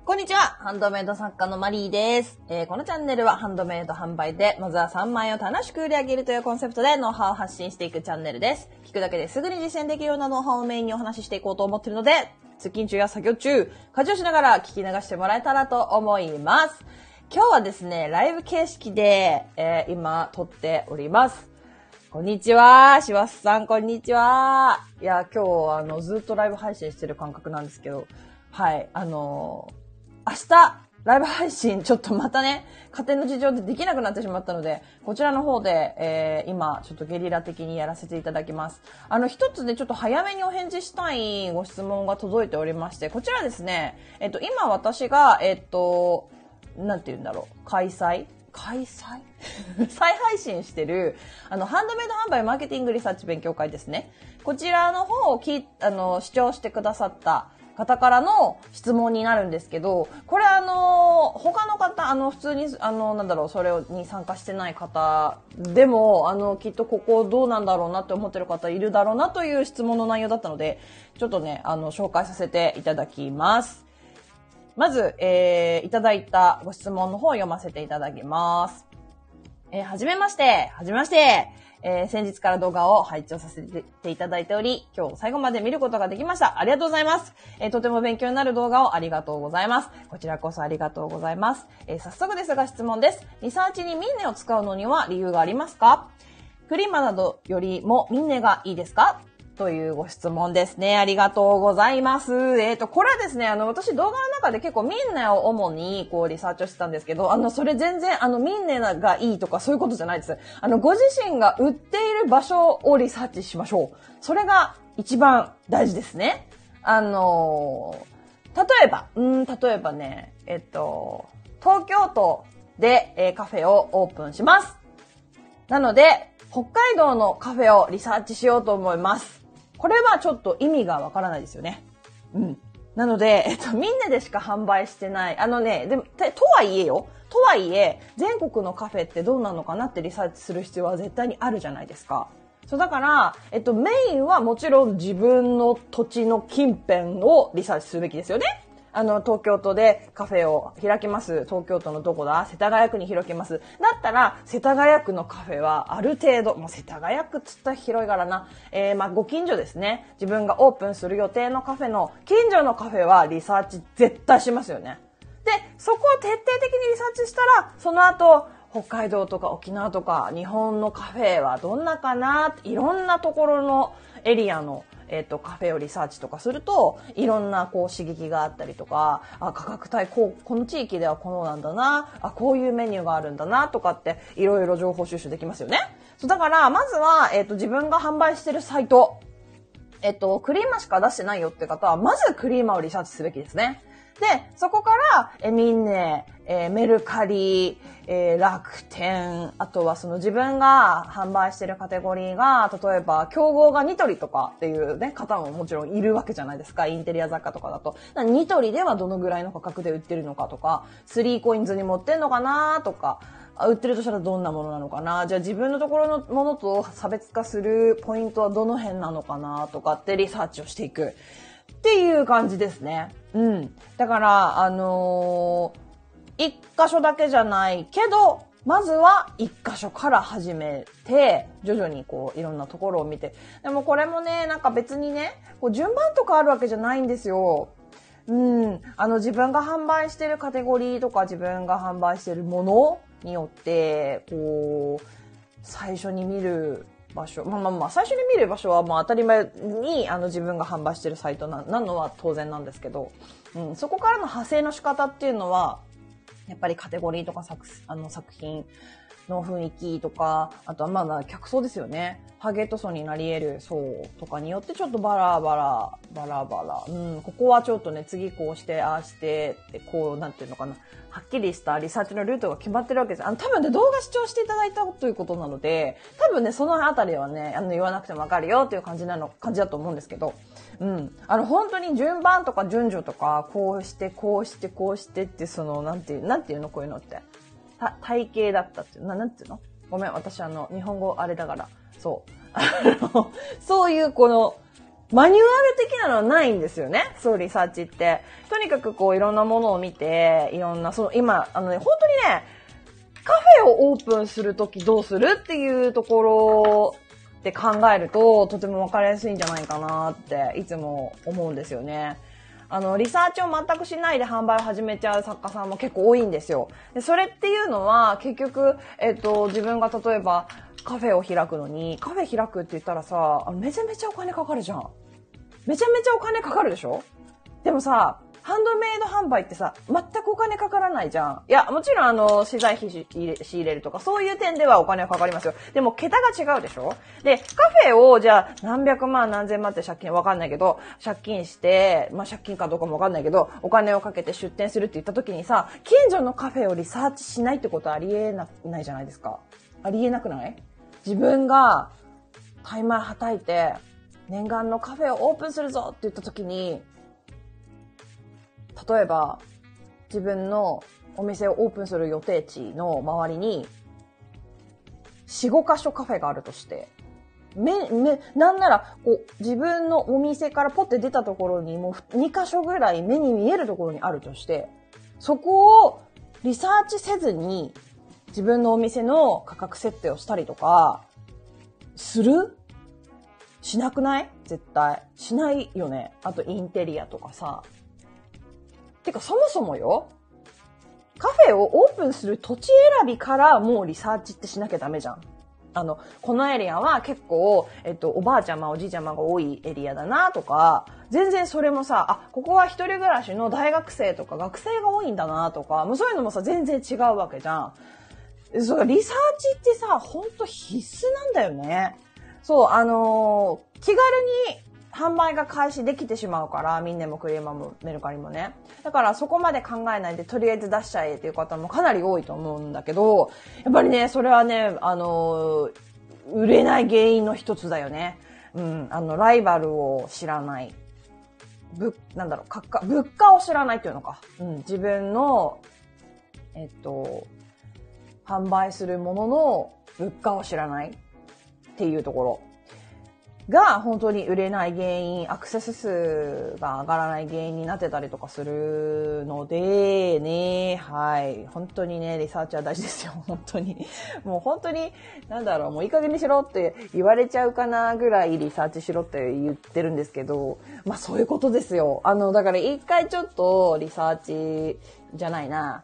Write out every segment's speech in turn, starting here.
こんにちは。ハンドメイド作家のマリーです。このチャンネルはハンドメイド販売で、まずは3万円を楽しく売り上げるというコンセプトでノウハウを発信していくチャンネルです。聞くだけですぐに実践できるようなノウハウをメインにお話ししていこうと思っているので、通勤中や作業中、家事をしながら聞き流してもらえたらと思います。今日はですね、ライブ形式で、今撮っております。こんにちは。しわすさん、こんにちは。いや、今日ずっとライブ配信してる感覚なんですけど、はい、明日、ライブ配信、ちょっとまたね、家庭の事情でできなくなってしまったので、こちらの方で、今、ちょっとゲリラ的にやらせていただきます。一つね、ちょっと早めにお返事したいご質問が届いておりまして、こちらですね、今私が、なんて言うんだろう、再配信してる、ハンドメイド販売マーケティングリサーチ勉強会ですね。こちらの方を視聴してくださった方からの質問になるんですけど、これ他の方、普通に、それに参加してない方でも、きっとここどうなんだろうなって思ってる方いるだろうなという質問の内容だったので、ちょっとね、紹介させていただきます。まず、いただいたご質問の方を読ませていただきます。はじめまして。先日から動画を拝聴させていただいており、今日最後まで見ることができました。ありがとうございます。とても勉強になる動画をありがとうございます。こちらこそありがとうございます。早速ですが質問です。リサーチにミンネを使うのには理由がありますか？クリマなどよりもミンネがいいですか？というご質問ですね。ありがとうございます。これはですね、私動画の中で結構ミンネを主にリサーチをしてたんですけど、それ全然ミンネがいいとかそういうことじゃないです。ご自身が売っている場所をリサーチしましょう。それが一番大事ですね。例えばね、東京都で、カフェをオープンします。なので、北海道のカフェをリサーチしようと思います。これはちょっと意味がわからないですよね。なので、ミンネでしか販売してない。でも、とはいえ、全国のカフェってどうなのかなってリサーチする必要は絶対にあるじゃないですか。そうだから、メインはもちろん自分の土地の近辺をリサーチするべきですよね。東京都でカフェを開きます。東京都のどこだ？世田谷区に開きます。だったら、世田谷区のカフェはある程度、もう世田谷区っつったら広いからな。ご近所ですね。自分がオープンする予定のカフェの近所のカフェはリサーチ絶対しますよね。で、そこを徹底的にリサーチしたら、その後、北海道とか沖縄とか日本のカフェはどんなかな？いろんなところのエリアのカフェをリサーチとかすると、いろんな刺激があったりとか、価格帯この地域ではこうなんだな、こういうメニューがあるんだなとかっていろいろ情報収集できますよね。そうだからまずは自分が販売してるサイト、クリーマしか出してないよって方はまずクリーマをリサーチすべきですね。で、そこから、ミンネ、メルカリ、楽天、あとはその自分が販売してるカテゴリーが、例えば、競合がニトリとかっていうね、方ももちろんいるわけじゃないですか。インテリア雑貨とかだと。ニトリではどのぐらいの価格で売ってるのかとか、3COINSに持ってんのかなとか、売ってるとしたらどんなものなのかな、じゃあ自分のところのものと差別化するポイントはどの辺なのかなとかってリサーチをしていく。っていう感じですね。だから、一箇所だけじゃないけど、まずは一箇所から始めて、徐々にいろんなところを見て。でもこれもね、なんか別にね、順番とかあるわけじゃないんですよ。自分が販売してるカテゴリーとか自分が販売してるものによって、最初に見る場所、最初に見る場所は当たり前に自分が販売してるサイトなのは当然なんですけど、そこからの派生の仕方っていうのはやっぱりカテゴリーとか作品の雰囲気とか、あとは客層ですよね。ターゲット層になり得る層とかによってちょっとバラバラ。ここはちょっとね、次こうして、ああしてって、なんていうのかな。はっきりしたリサーチのルートが決まってるわけです。多分ね、動画視聴していただいたということなので、多分ね、そのあたりはね、言わなくてもわかるよっていう感じだと思うんですけど、本当に順番とか順序とか、こうして、ってなんていうの、こういうのって。体型だったっていう、なんていうの？ごめん、私日本語あれだから、そう。そういうマニュアル的なのはないんですよね。そう、リサーチって。とにかくこういろんなものを見て、いろんな、今、本当にね、カフェをオープンするときどうするっていうところって考えると、とてもわかりやすいんじゃないかなっていつも思うんですよね。リサーチを全くしないで販売を始めちゃう作家さんも結構多いんですよ。で、それっていうのは結局、自分が例えばカフェを開くのに、カフェ開くって言ったらさ、めちゃめちゃお金かかるじゃん。めちゃめちゃお金かかるでしょ？でもさ、ハンドメイド販売ってさ、全くお金かからないじゃん。いや、もちろん資材費仕入れるとか、そういう点ではお金はかかりますよ。でも、桁が違うでしょ？で、カフェを、じゃあ、何百万何千万って借金わかんないけど、借金して、まあ、借金かどうかもわかんないけど、お金をかけて出店するって言った時にさ、近所のカフェをリサーチしないってことはありえないじゃないですか。ありえなくない？自分が、タイマーはたいて、念願のカフェをオープンするぞって言った時に、例えば、自分のお店をオープンする予定地の周りに、4、5箇所カフェがあるとして、なんなら、こう、自分のお店からポッて出たところにもう2箇所ぐらい目に見えるところにあるとして、そこをリサーチせずに、自分のお店の価格設定をしたりとか、する？しなくない？絶対。しないよね。あとインテリアとかさ。てかそもそもよ、カフェをオープンする土地選びからもうリサーチってしなきゃダメじゃん。このエリアは結構、おばあちゃま、おじいちゃまが多いエリアだなとか、全然それもさ、ここは一人暮らしの大学生とか学生が多いんだなとか、もうそういうのもさ、全然違うわけじゃん。そう、リサーチってさ、ほんと必須なんだよね。そう、気軽に販売が開始できてしまうから、ミンネもクリエマもメルカリもね。だからそこまで考えないでとりあえず出しちゃえっていう方もかなり多いと思うんだけど、やっぱりね、それはね、売れない原因の一つだよね。うん、ライバルを知らない。物価を知らないっていうのか。うん、自分の、販売するものの物価を知らないっていうところが本当に売れない原因、アクセス数が上がらない原因になってたりとかするのでね、はい。本当にね、リサーチは大事ですよ、本当に。もう本当に、もういい加減にしろって言われちゃうかなぐらいリサーチしろって言ってるんですけど、まあそういうことですよ。だから一回ちょっとリサーチじゃないな、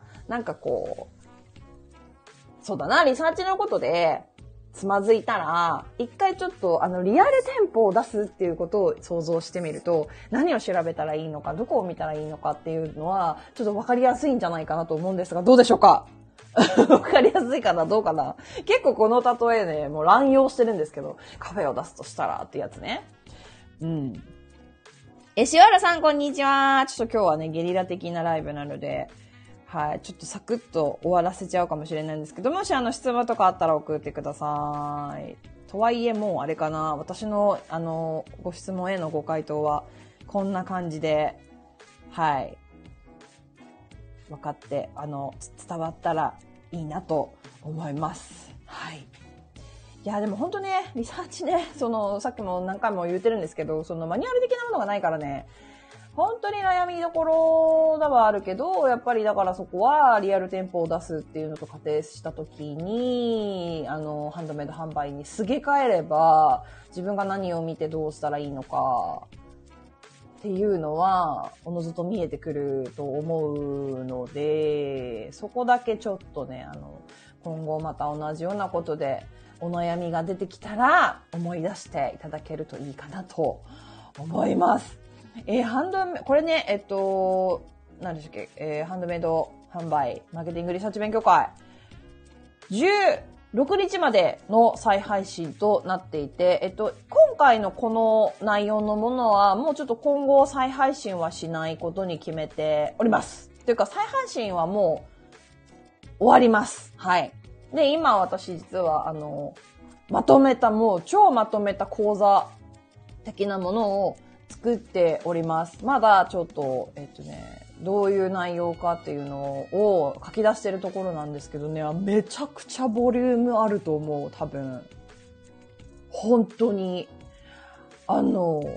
そうだな、リサーチのことで、つまずいたら、一回ちょっとリアル店舗を出すっていうことを想像してみると、何を調べたらいいのか、どこを見たらいいのかっていうのは、ちょっとわかりやすいんじゃないかなと思うんですが、どうでしょうか？わかりやすいかな？どうかな？結構この例えね、もう乱用してるんですけど、カフェを出すとしたらってやつね。うん。塩原さんこんにちは。ちょっと今日はね、ゲリラ的なライブなので、はい。ちょっとサクッと終わらせちゃうかもしれないんですけど、もし質問とかあったら送ってください。とはいえもうあれかな。私のご質問へのご回答はこんな感じで、はい。分かって、伝わったらいいなと思います。はい。いや、でも本当ね、リサーチね、さっきも何回も言ってるんですけど、マニュアル的なものがないからね、本当に悩みどころだはあるけど、やっぱりだからそこはリアル店舗を出すっていうのと仮定したときに、ハンドメイド販売にすげ替えれば、自分が何を見てどうしたらいいのか、っていうのは、おのずと見えてくると思うので、そこだけちょっとね、今後また同じようなことでお悩みが出てきたら思い出していただけるといいかなと思います。これね、何でしたっけ、ハンドメイド販売、マーケティングリサーチ勉強会、16日までの再配信となっていて、今回のこの内容のものは、もうちょっと今後再配信はしないことに決めております。というか、再配信はもう終わります。はい。で、今私実は、もう超まとめた講座的なものを作っております。まだちょっと、どういう内容かっていうのを書き出してるところなんですけどね、めちゃくちゃボリュームあると思う、多分。本当に。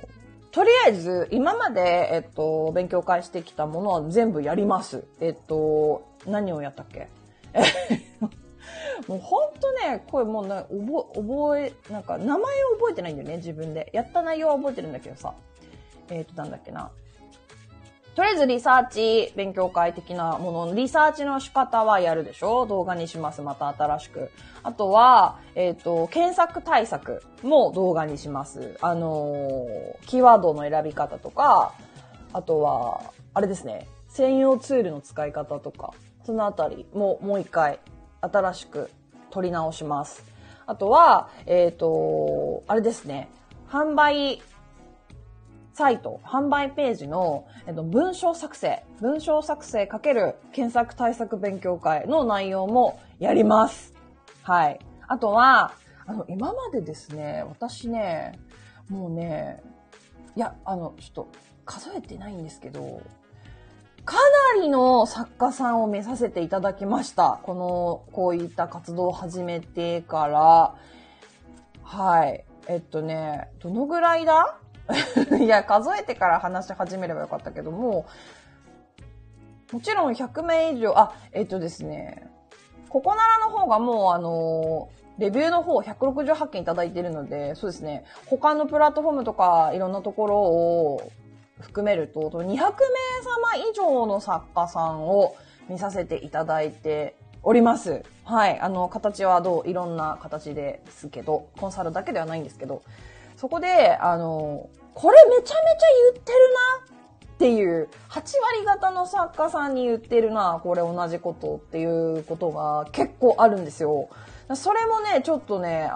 とりあえず、今まで、勉強会してきたものは全部やります。何をやったっけもうほんとね、これもうなんか名前を覚えてないんだよね、自分で。やった内容は覚えてるんだけどさ。なんだっけな。とりあえずリサーチ、勉強会的なもの、リサーチの仕方はやるでしょ？動画にします、また新しく。あとは、検索対策も動画にします。キーワードの選び方とか、あとは、あれですね、専用ツールの使い方とか、そのあたりももう一回新しく撮り直します。あとは、あれですね、販売サイト、販売ページの、文章作成かける検索対策勉強会の内容もやります。はい。あとは、今までですね、私ね、もうね、いや、ちょっと数えてないんですけど、かなりの作家さんを目させていただきました。こういった活動を始めてから、はい。どのぐらいだいや、数えてから話し始めればよかったけども、もちろん100名以上、ですね、ここならの方がもうレビューの方168件いただいているので、そうですね、他のプラットフォームとかいろんなところを含めると、200名様以上の作家さんを見させていただいております。はい。形はいろんな形ですけど、コンサルだけではないんですけど、そこで、これめちゃめちゃ言ってるなっていう、8割方の作家さんに言ってるな、これ同じことっていうことが結構あるんですよ。それもね、ちょっとね、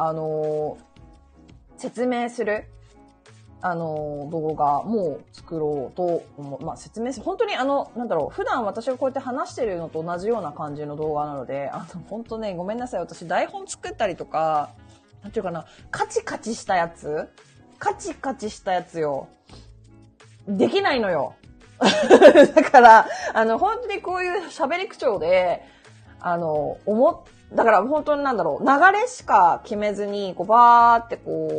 説明する、動画も作ろうと思う。説明する。本当に普段私がこうやって話してるのと同じような感じの動画なので、本当ね、ごめんなさい。私台本作ったりとか、なんていうかな、カチカチしたやつよ。できないのよ。だから、本当にこういう喋り口調で、だから本当に流れしか決めずに、バーって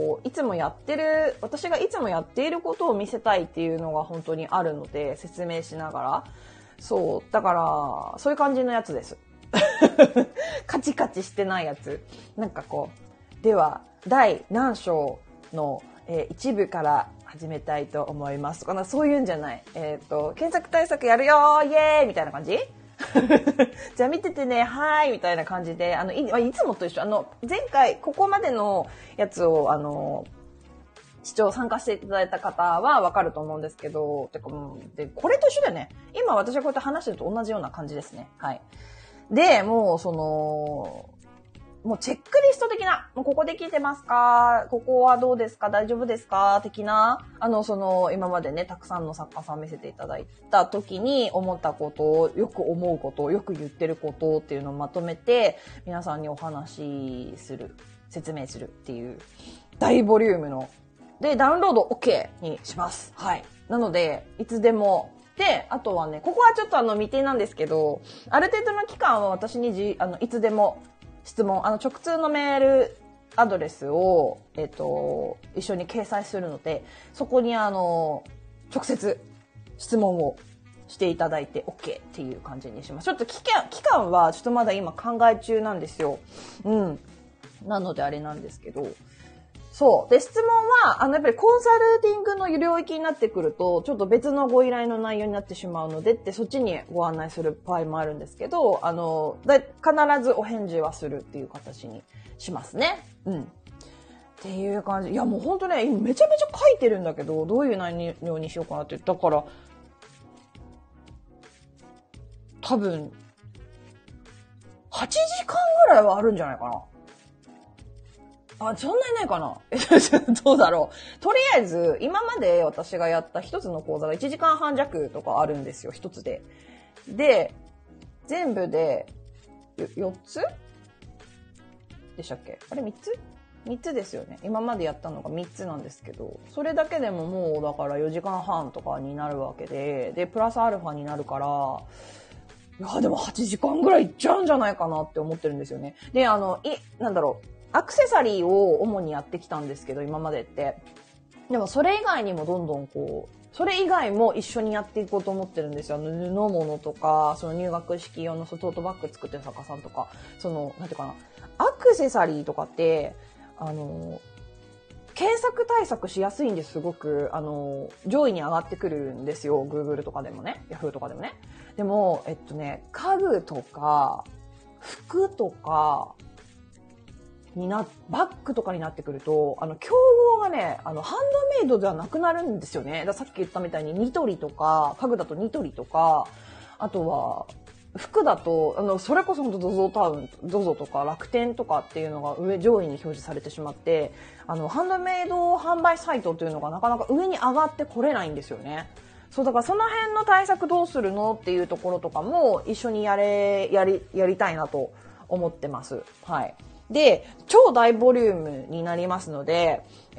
私がいつもやっていることを見せたいっていうのが本当にあるので、説明しながら。そう。だから、そういう感じのやつです。カチカチしてないやつ。では、第何章の、一部から始めたいと思いますとか、そういうんじゃない。検索対策やるよーイエーイみたいな感じじゃあ見ててね、はーいみたいな感じで、いつもと一緒。前回、ここまでのやつを、参加していただいた方はわかると思うんですけど、これと一緒だよね。今私がこうやって話してると同じような感じですね。はい。で、もうチェックリスト的な、もうここで聞いてますか？ここはどうですか？大丈夫ですか？的な、今までね、たくさんの作家さん見せていただいた時に思ったことを、よく思うことを、よく言ってることっていうのをまとめて、皆さんにお話しする、説明するっていう大ボリュームの、で、ダウンロード OK にします。はい。なので、いつでも、で、あとはね、ここはちょっと未定なんですけど、ある程度の期間は私にいつでも質問、直通のメールアドレスを、一緒に掲載するので、そこに直接質問をしていただいて OK っていう感じにします。ちょっと期間はちょっとまだ今考え中なんですよ。うん。なのであれなんですけど、そう。で、質問は、やっぱりコンサルティングの領域になってくると、ちょっと別のご依頼の内容になってしまうのでって、そっちにご案内する場合もあるんですけど、必ずお返事はするっていう形にしますね。うん。っていう感じ。いや、もうほんとね、今めちゃめちゃ書いてるんだけど、どういう内容にしようかなって。だから、多分、8時間ぐらいはあるんじゃないかな。そんなにないかなどうだろう。とりあえず、今まで私がやった一つの講座が1時間半弱とかあるんですよ、一つで。で、全部で、4つでしたっけ？あれ3つ ?3 つですよね。今までやったのが3つなんですけど、それだけでももうだから4時間半とかになるわけで、で、プラスアルファになるから、いや、でも8時間ぐらいいっちゃうんじゃないかなって思ってるんですよね。で、アクセサリーを主にやってきたんですけど、今までって。 でもそれ以外にもどんどんそれ以外も一緒にやっていこうと思ってるんですよ。布物とか、その入学式用のトートバッグ作ってる作家さんとか、なんていうかな、アクセサリーとかって、検索対策しやすいんです、すごく。上位に上がってくるんですよ。Google とかでもね。Yahoo とかでもね。でも、家具とか、服とか、バッグとかになってくると、競合がね、ハンドメイドではなくなるんですよね。さっき言ったみたいにニトリとか、家具だとニトリとか、あとは、服だと、それこそほんと ZOZO タウン、ZOZO とか楽天とかっていうのが上位に表示されてしまって、ハンドメイド販売サイトっていうのがなかなか上に上がってこれないんですよね。そうだからその辺の対策どうするのっていうところとかも一緒にやりたいなと思ってます。はい。で、超大ボリュームになりますので、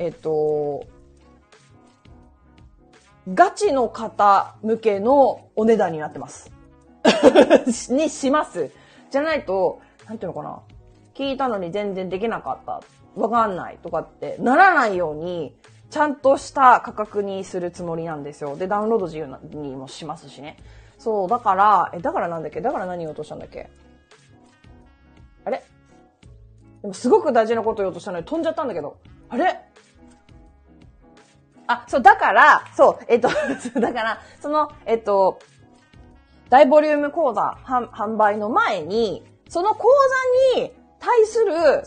ガチの方向けのお値段になってます。にします。じゃないと、なんていうのかな。聞いたのに全然できなかった。わかんないとかってならないように、ちゃんとした価格にするつもりなんですよ。で、ダウンロード自由にもしますしね。そう、だからなんだっけ？だから何言おうとしたんだっけ？あれ？でもすごく大事なこと言おうとしたのに飛んじゃったんだけど。あれ？そう、だから、だから、大ボリューム講座販売の前に、その講座に対する、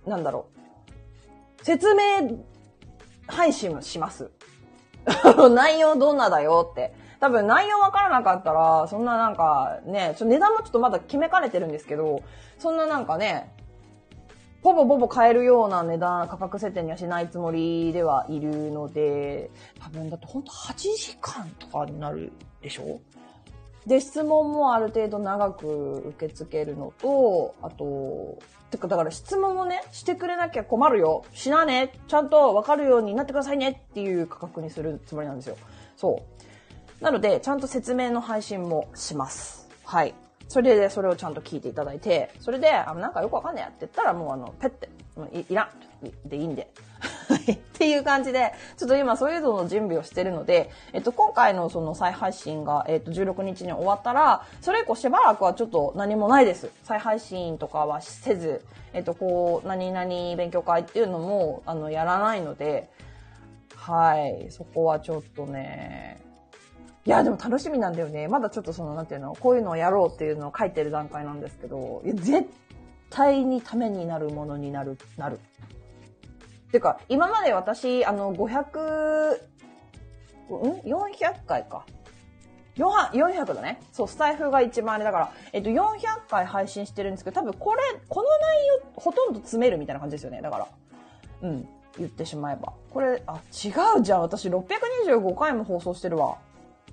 説明配信をします。内容どんなだよって。多分内容わからなかったら、そんななんかね、値段もちょっとまだ決めかねてるんですけど、そんななんかね、ボボ買えるような価格設定にはしないつもりではいるので、多分だってほんと8時間とかになるでしょ？で、質問もある程度長く受け付けるのと、あと、だから質問をね、してくれなきゃ困るよ。しなね。ちゃんとわかるようになってくださいねっていう価格にするつもりなんですよ。そう。なので、ちゃんと説明の配信もします。はい。それをちゃんと聞いていただいて、それで、なんかよくわかんないやって言ったらもうペッて、いらんでいいんで。っていう感じで、ちょっと今そういうのの準備をしてるので、今回のその再配信が、16日に終わったら、それ以降しばらくはちょっと何もないです。再配信とかはせず、何々勉強会っていうのも、やらないので、はい、そこはちょっとね、いや、でも楽しみなんだよね。まだちょっとなんていうの、こういうのをやろうっていうのを書いてる段階なんですけど、絶対にためになるものになる。てか、今まで私、400回か。400だね。そう、スタイフが一番あれだから、400回配信してるんですけど、多分この内容、ほとんど詰めるみたいな感じですよね。だから。うん。言ってしまえば。これ、違うじゃん。私625回も放送してるわ。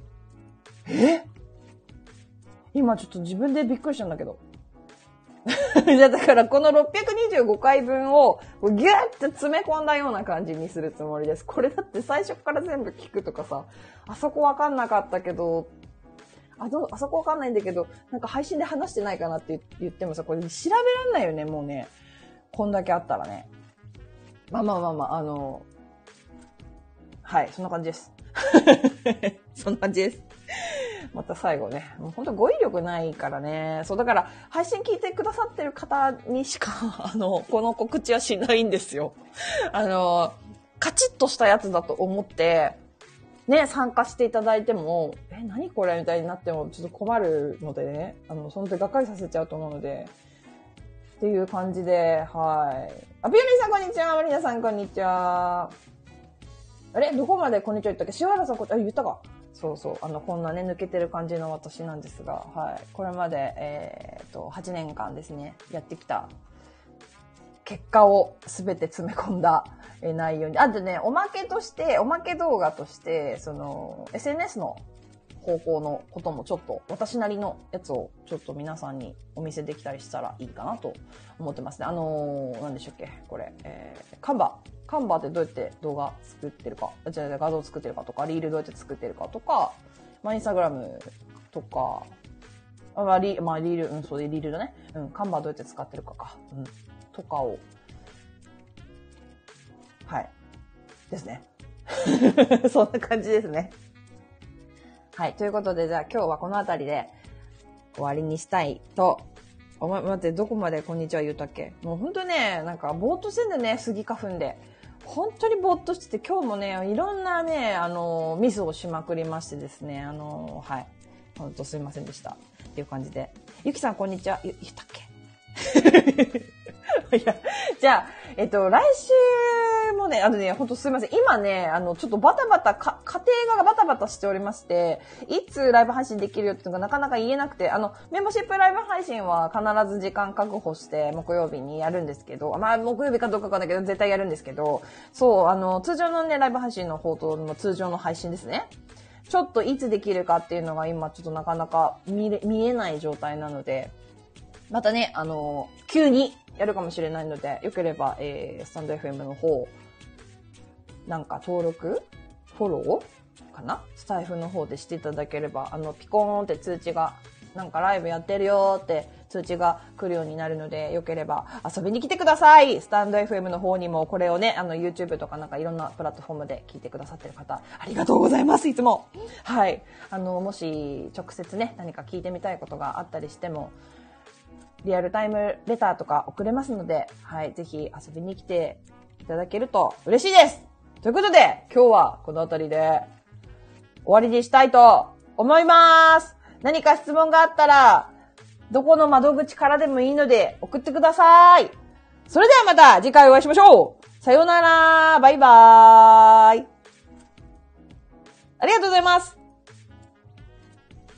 今ちょっと自分でびっくりしたんだけど。じゃあだからこの625回分をギューって詰め込んだような感じにするつもりです。これだって最初から全部聞くとかさ、あそこわかんなかったけど、あそこわかんないんだけど、なんか配信で話してないかなって言ってもさ、これ調べらんないよね、もうね。こんだけあったらね。まあ、はい、そんな感じです。そんな感じです。また最後ね、もう本当語彙力ないからね。そう、だから配信聞いてくださってる方にしか、この告知はしないんですよ。カチッとしたやつだと思って、ね、参加していただいても、何これみたいになってもちょっと困るのでね、その時がっかりさせちゃうと思うので、っていう感じで、はい。ピヨリンさんこんにちは、マリナさんこんにちは。あれどこまでこんにちは言ったっけ？塩原さん言ったか？そうそう。こんなね、抜けてる感じの私なんですが、はい。これまで、8年間ですね、やってきた結果をすべて詰め込んだ内容に。あとね、おまけ動画として、SNS の方向のこともちょっと、私なりのやつをちょっと皆さんにお見せできたりしたらいいかなと思ってますね。何でしたっけこれ、カンバってどうやって動画作ってるか、画像作ってるかとか、リールどうやって作ってるかとか、インスタグラムとか、リール、そうでリールだね。カンバどうやって使ってるかか。とかを、はい。ですね。 そんな感じですね。はい。ということで、じゃあ今日はこの辺りで終わりにしたいと待って、どこまでこんにちは言ったっけ？もうほんとね、なんかぼーっとしてんだね、スギ花粉で。本当にぼーっとしてて、今日もね、いろんなね、ミスをしまくりましてですね、はい。ほんとすいませんでした。っていう感じで。ゆきさんこんにちは。言ったっけ？いや、じゃあ、来週もね、ほんとすいません。今ね、ちょっとバタバタ、家庭がバタバタしておりまして、いつライブ配信できるよっていうのがなかなか言えなくて、メンバーシップライブ配信は必ず時間確保して木曜日にやるんですけど、まあ、木曜日かどうかわかんないけど、絶対やるんですけど、そう、通常のね、ライブ配信の方との通常の配信ですね。ちょっといつできるかっていうのが今ちょっとなかなか見えない状態なので、またね、急にやるかもしれないので、よければ、スタンド FM の方、なんか登録フォローかなスタイフの方でしていただければ、ピコーンって通知が、なんかライブやってるよって通知が来るようになるので、よければ遊びに来てください。スタンド FM の方にもこれをね、YouTube とかなんかいろんなプラットフォームで聞いてくださってる方、ありがとうございます、いつも。はい。もし直接ね、何か聞いてみたいことがあったりしても、リアルタイムレターとか送れますので、はい、ぜひ遊びに来ていただけると嬉しいです。ということで、今日はこの辺りで終わりにしたいと思います。何か質問があったら、どこの窓口からでもいいので送ってください。それではまた次回お会いしましょう。さようなら。バイバーイ。ありがとうございます。